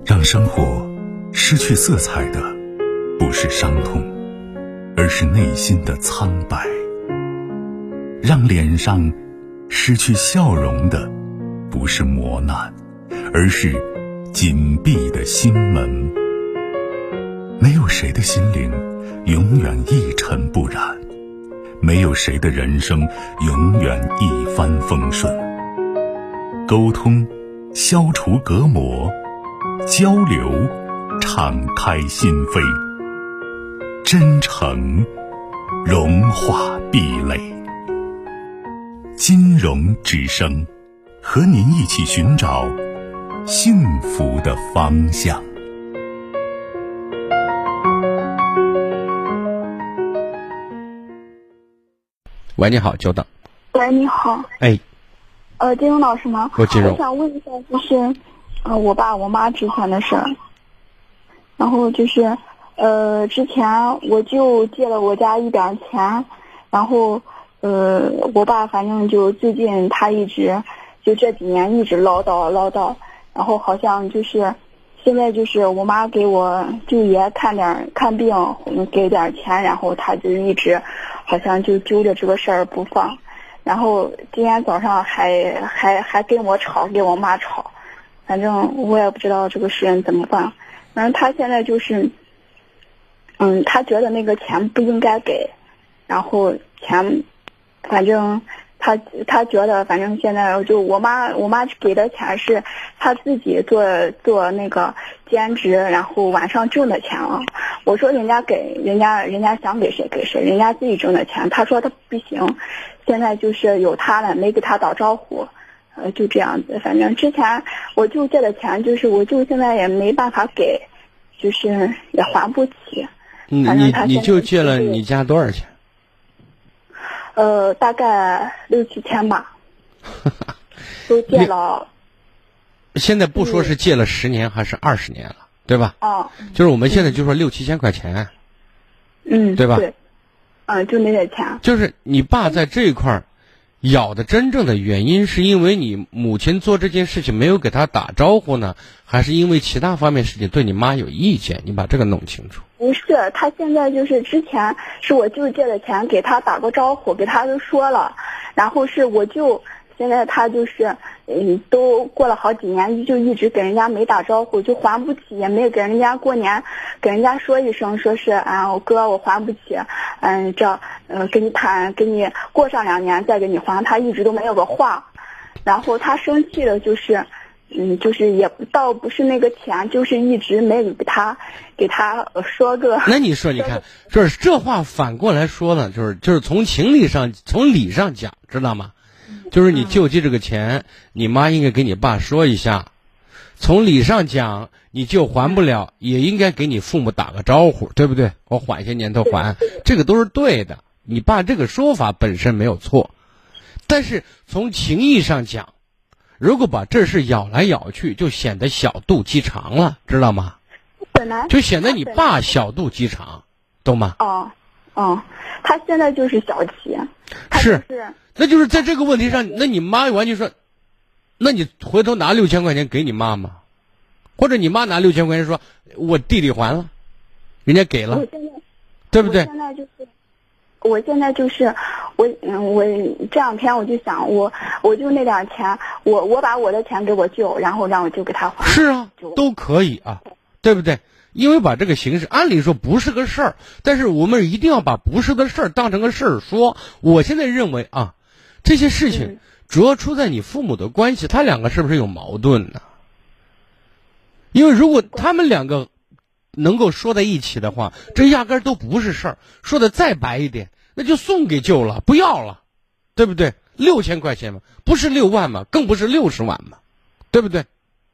让生活失去色彩的不是伤痛，而是内心的苍白。让脸上失去笑容的不是磨难，而是紧闭的心门。没有谁的心灵永远一尘不染，没有谁的人生永远一帆风顺。沟通消除隔膜，交流敞开心扉，真诚融化壁垒。金融之声，和您一起寻找幸福的方向。 喂，你好，久等。 喂，你好。 哎， 金融老师吗？ 我金融。 我想问一下，就是我爸我妈之前的事儿。然后就是之前我就借了我家一点钱，然后我爸反正就最近他一直就这几年一直唠叨，然后好像就是现在就是我妈给我就也看病给点钱，然后他就一直好像就揪着这个事儿不放，然后今天早上还跟我吵，跟我妈吵，反正我也不知道这个事情怎么办。反正他现在就是他觉得那个钱不应该给，然后钱反正他觉得反正现在就我妈给的钱是他自己做那个兼职，然后晚上挣的钱啊。我说人家想给谁给谁，人家自己挣的钱。他说他不行，现在就是有他了，没给他打招呼，就这样子。反正之前我就借的钱，就是我就现在也没办法给，就是也还不起。 你就借了你家多少钱？ 大概6、7千吧，都借了。 现在不说是借了10年还是20年了，对吧？ 哦， 就是我们现在就说6、7千块钱，对吧？ 对，就那点钱。 就是你爸在这一块咬的真正的原因，是因为你母亲做这件事情没有给他打招呼呢，还是因为其他方面事情对你妈有意见？你把这个弄清楚。 不是，他现在就是之前是我舅借的钱，给他打个招呼，给他都说了，然后是我舅现在他就是都过了好几年，就一直给人家没打招呼，就还不起，也没给人家过年给人家说一声，说是我哥我还不起，跟你谈，给你过上2年再给你还，他一直都没有个话。然后他生气的就是就是也倒不是那个钱，就是一直没给他说个。 那你说你看，就是这话反过来说呢，就是从情理上从理上讲，知道吗？就是你救济这个钱，你妈应该给你爸说一下。从理上讲，你就还不了，也应该给你父母打个招呼，对不对？我缓些年头还，这个都是对的。你爸这个说法本身没有错，但是从情义上讲，如果把这事咬来咬去，就显得小肚鸡肠了，知道吗？ 本来就显得你爸小肚鸡肠，懂吗？ 他现在就是小气， 是，那就是在这个问题上，那你妈完全说，那你回头拿6000块钱给你妈妈，或者你妈拿6000块钱说，我弟弟还了，人家给了，对不对？ 我现在就是我这2天我就想我就那点钱，我把我的钱给我舅，然后让我舅给他还。 是啊，都可以啊，对不对？因为把这个形式按理说不是个事儿，但是我们一定要把不是的事儿当成个事儿说。我现在认为啊，这些事情主要出在你父母的关系，他两个是不是有矛盾呢？因为如果他们两个能够说在一起的话，这压根儿都不是事儿。说的再白一点，那就送给舅了，不要了，对不对？6000块钱嘛，不是6万嘛，更不是60万嘛，对不对？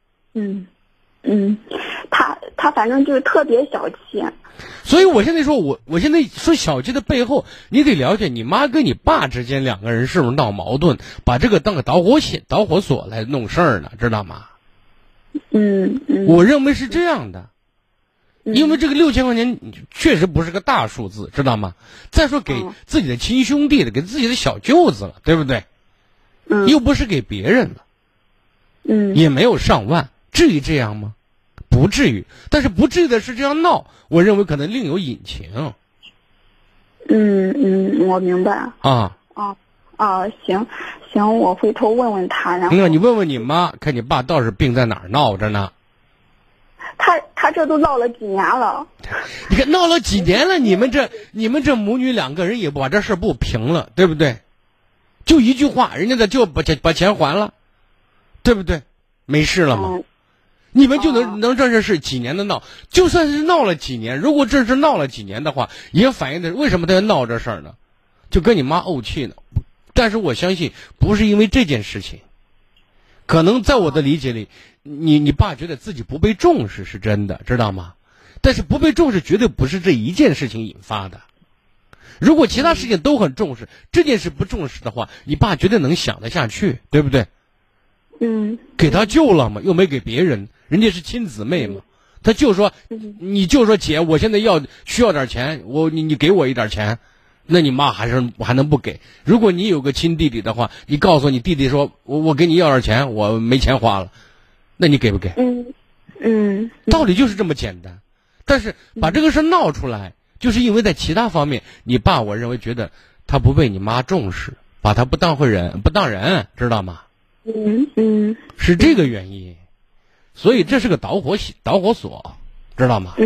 他反正就是特别小气。 所以我现在说我现在说小气的背后，你得了解你妈跟你爸之间两个人是不是闹矛盾，把这个当个导火索来弄事儿呢，知道吗？我认为是这样的。因为这个6000块钱确实不是个大数字，知道吗？再说给自己的亲兄弟的，给自己的小舅子了，对不对？又不是给别人了，也没有上万，至于这样吗？不不至于，但是不至于的是这样闹，我认为可能另有隐情。 我明白。行，我回头问问他，然后你问问你妈，看你爸倒是病在哪儿闹着呢？ 他这都闹了几年了。 你看闹了几年了，你们这母女两个人也把这事不平了，对不对？就一句话，人家就把钱还了，对不对？没事了吗？你们就能这是几年的闹，就算是闹了几年，如果这是闹了几年的话，也反映的为什么他要闹这事儿呢？就跟你妈怄气呢。但是我相信不是因为这件事情，可能在我的理解里，你爸觉得自己不被重视是真的，知道吗？但是不被重视绝对不是这一件事情引发的。如果其他事情都很重视，这件事不重视的话，你爸绝对能想得下去，对不对？给他救了嘛，又没给别人，人家是亲姊妹嘛。他就说，你就说姐，我现在需要点钱，你给我一点钱，那你妈还能不给？如果你有个亲弟弟的话，你告诉你弟弟说，我给你要点钱，我没钱花了，那你给不给？道理就是这么简单。但是把这个事闹出来，就是因为在其他方面，你爸我认为觉得他不被你妈重视，把他不当人，知道吗？是这个原因，所以这是个导火索，知道吗？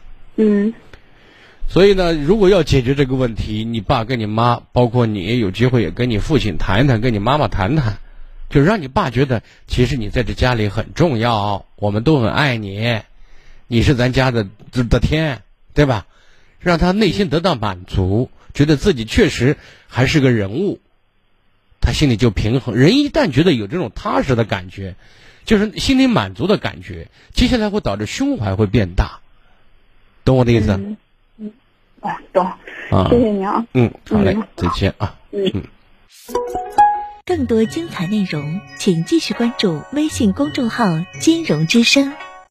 所以呢，如果要解决这个问题，你爸跟你妈，包括你有机会也跟你父亲谈谈，跟你妈妈谈谈，就让你爸觉得其实你在这家里很重要，我们都很爱你，你是咱家的天，对吧？让他内心得到满足，觉得自己确实还是个人物，他心里就平衡。人一旦觉得有这种踏实的感觉，就是心里满足的感觉，接下来会导致胸怀会变大，懂我的意思？ 懂。谢谢你啊。 好嘞，再见啊。 更多精彩内容，请继续关注微信公众号“金融之声”。